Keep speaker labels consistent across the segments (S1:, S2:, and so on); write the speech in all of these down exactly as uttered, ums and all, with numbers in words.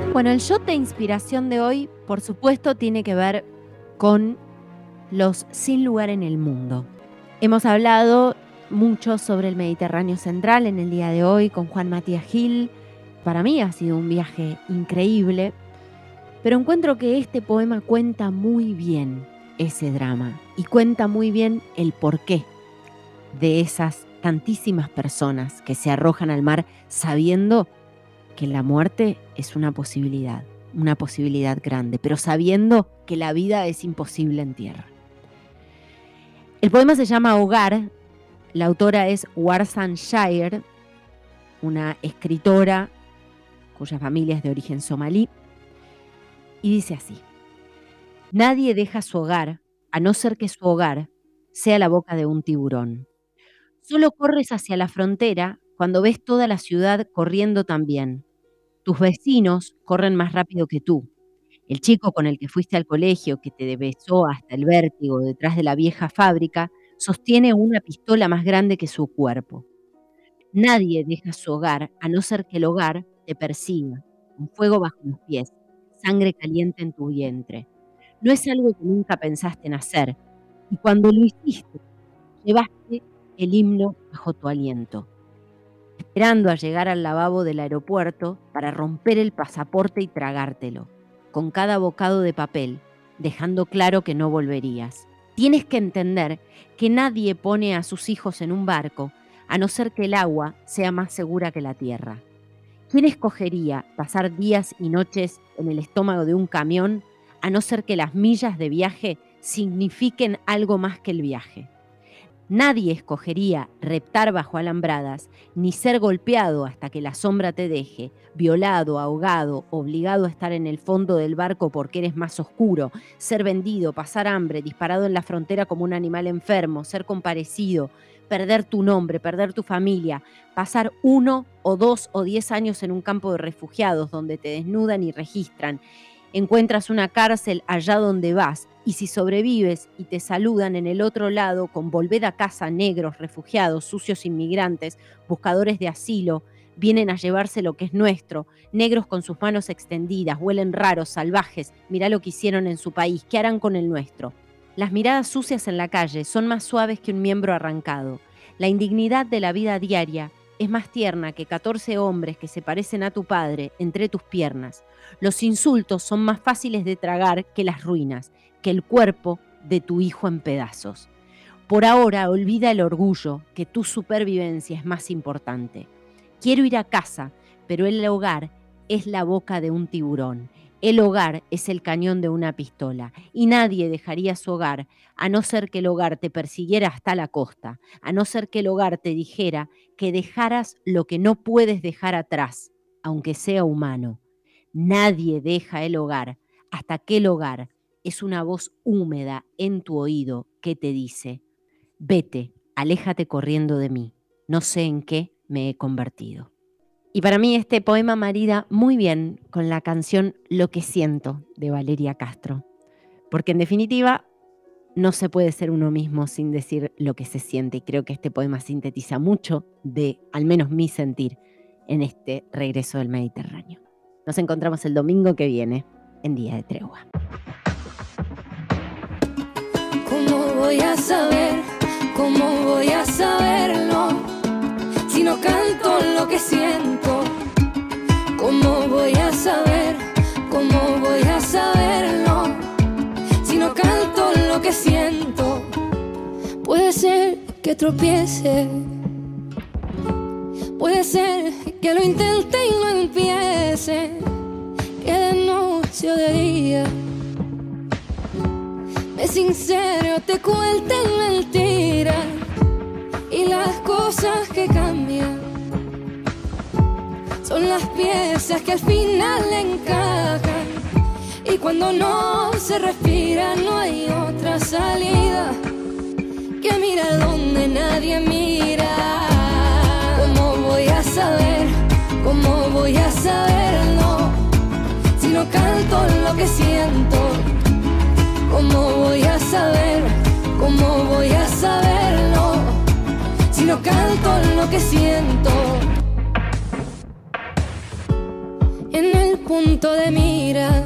S1: Bueno, el shot de inspiración de hoy, por supuesto, tiene que ver con los sin lugar en el mundo. Hemos hablado mucho sobre el Mediterráneo Central en el día de hoy con Juan Matías Gil. Para mí ha sido un viaje increíble, pero encuentro que este poema cuenta muy bien ese drama y cuenta muy bien el porqué de esas tantísimas personas que se arrojan al mar sabiendo que la muerte es una posibilidad, una posibilidad grande, pero sabiendo que la vida es imposible en tierra. El poema se llama Hogar, la autora es Warsan Shire, una escritora cuya familia es de origen somalí, y dice así: nadie deja su hogar, a no ser que su hogar sea la boca de un tiburón. Solo corres hacia la frontera cuando ves toda la ciudad corriendo también. Tus vecinos corren más rápido que tú. El chico con el que fuiste al colegio, que te besó hasta el vértigo detrás de la vieja fábrica, sostiene una pistola más grande que su cuerpo. Nadie deja su hogar, a no ser que el hogar te persiga, con fuego bajo los pies, sangre caliente en tu vientre. No es algo que nunca pensaste en hacer, y cuando lo hiciste, llevaste el himno bajo tu aliento, esperando a llegar al lavabo del aeropuerto para romper el pasaporte y tragártelo, con cada bocado de papel, dejando claro que no volverías. Tienes que entender que nadie pone a sus hijos en un barco, a no ser que el agua sea más segura que la tierra. ¿Quién escogería pasar días y noches en el estómago de un camión, a no ser que las millas de viaje signifiquen algo más que el viaje? Nadie escogería reptar bajo alambradas, ni ser golpeado hasta que la sombra te deje, violado, ahogado, obligado a estar en el fondo del barco porque eres más oscuro, ser vendido, pasar hambre, disparado en la frontera como un animal enfermo, ser comparecido, perder tu nombre, perder tu familia, pasar uno o dos o diez años en un campo de refugiados donde te desnudan y registran. Encuentras una cárcel allá donde vas, y si sobrevives y te saludan en el otro lado con volved a casa, negros, refugiados, sucios inmigrantes, buscadores de asilo, vienen a llevarse lo que es nuestro, negros con sus manos extendidas, huelen raros, salvajes, mirá lo que hicieron en su país, ¿qué harán con el nuestro? Las miradas sucias en la calle son más suaves que un miembro arrancado. La indignidad de la vida diaria es más tierna que catorce hombres que se parecen a tu padre entre tus piernas. Los insultos son más fáciles de tragar que las ruinas, que el cuerpo de tu hijo en pedazos. Por ahora, olvida el orgullo, que tu supervivencia es más importante. Quiero ir a casa, pero el hogar es la boca de un tiburón. El hogar es el cañón de una pistola, y nadie dejaría su hogar, a no ser que el hogar te persiguiera hasta la costa, a no ser que el hogar te dijera que dejaras lo que no puedes dejar atrás, aunque sea humano. Nadie deja el hogar hasta que el hogar es una voz húmeda en tu oído que te dice: vete, aléjate corriendo de mí, no sé en qué me he convertido. Y para mí este poema marida muy bien con la canción Lo que siento de Valeria Castro, porque en definitiva no se puede ser uno mismo sin decir lo que se siente, y creo que este poema sintetiza mucho de, al menos mi sentir, en este regreso del Mediterráneo. Nos encontramos el domingo que viene en Día de Tregua.
S2: ¿Cómo voy a saber? ¿Cómo voy a saberlo? Si no canto lo que siento. ¿Cómo voy a saber? ¿Cómo voy a saberlo? Si no canto lo que siento. Puede ser que tropiece, puede ser que lo intente y no empiece, que de noche o de día me sincero, te cuenten mentiras, y las cosas que cambian son las piezas que al final encajan, y cuando no se respira no hay otra salida que mirar donde nadie mira. ¿Cómo voy a saber? ¿Cómo voy a saberlo? Si no canto lo que siento. ¿Cómo voy a saber? ¿Cómo voy a saberlo? Si no canto lo que siento. En el punto de mira.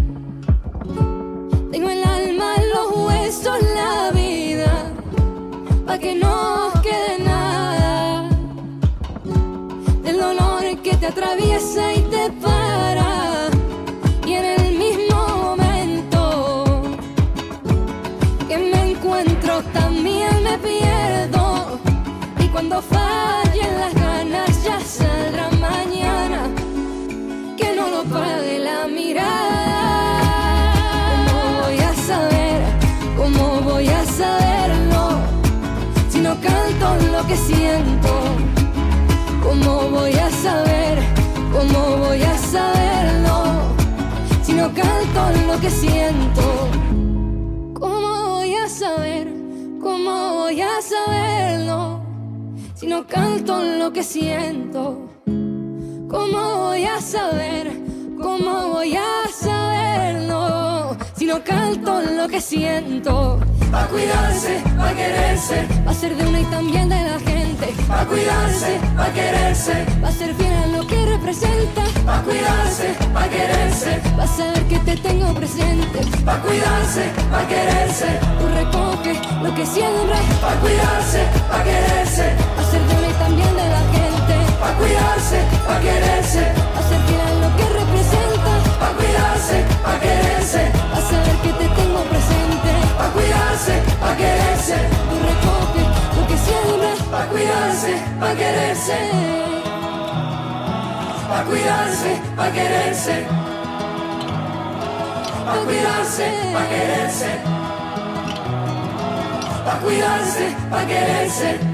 S2: Tengo el alma, los huesos, la vida, pa' que no quede nada del dolor que te atraviesa y te para. Y en el mismo momento que me encuentro también me pierdo. Y cuando fallen las ganas ya saldrá mañana, que no lo pague la mirada. ¿Cómo voy a saber? ¿Cómo voy a saberlo si no canto lo que siento? ¿Cómo voy a saber? ¿Cómo voy a saberlo si no canto lo que siento? ¿Cómo voy a saber? ¿Cómo voy a saberlo si no canto lo que siento? ¿Cómo voy a saber? ¿Cómo voy a saberlo si no canto lo que siento?
S3: Pa' cuidarse, pa' quererse,
S2: Va a ser de una y también de la gente.
S3: pa' cuidarse, pa' quererse,
S2: Va a ser fiel a lo que representa.
S3: pa' cuidarse, pa' quererse,
S2: Va a saber que te tengo presente.
S3: pa' cuidarse, pa' quererse,
S2: Tú recoges lo que siembras.
S3: pa' cuidarse, pa' quererse,
S2: Va a ser de una y también de la gente.
S3: pa' cuidarse, pa' quererse,
S2: Va a ser fiel a lo que representa.
S3: pa' cuidarse, pa' quererse,
S2: Va a saber que te tengo presente.
S3: pa' cuidarse, pa' quererse,
S2: Tú recoges lo que siembras.
S3: pa' cuidarse, pa' quererse, pa' cuidarse, pa' quererse, pa' cuidarse, pa' quererse, pa' cuidarse, pa' quererse.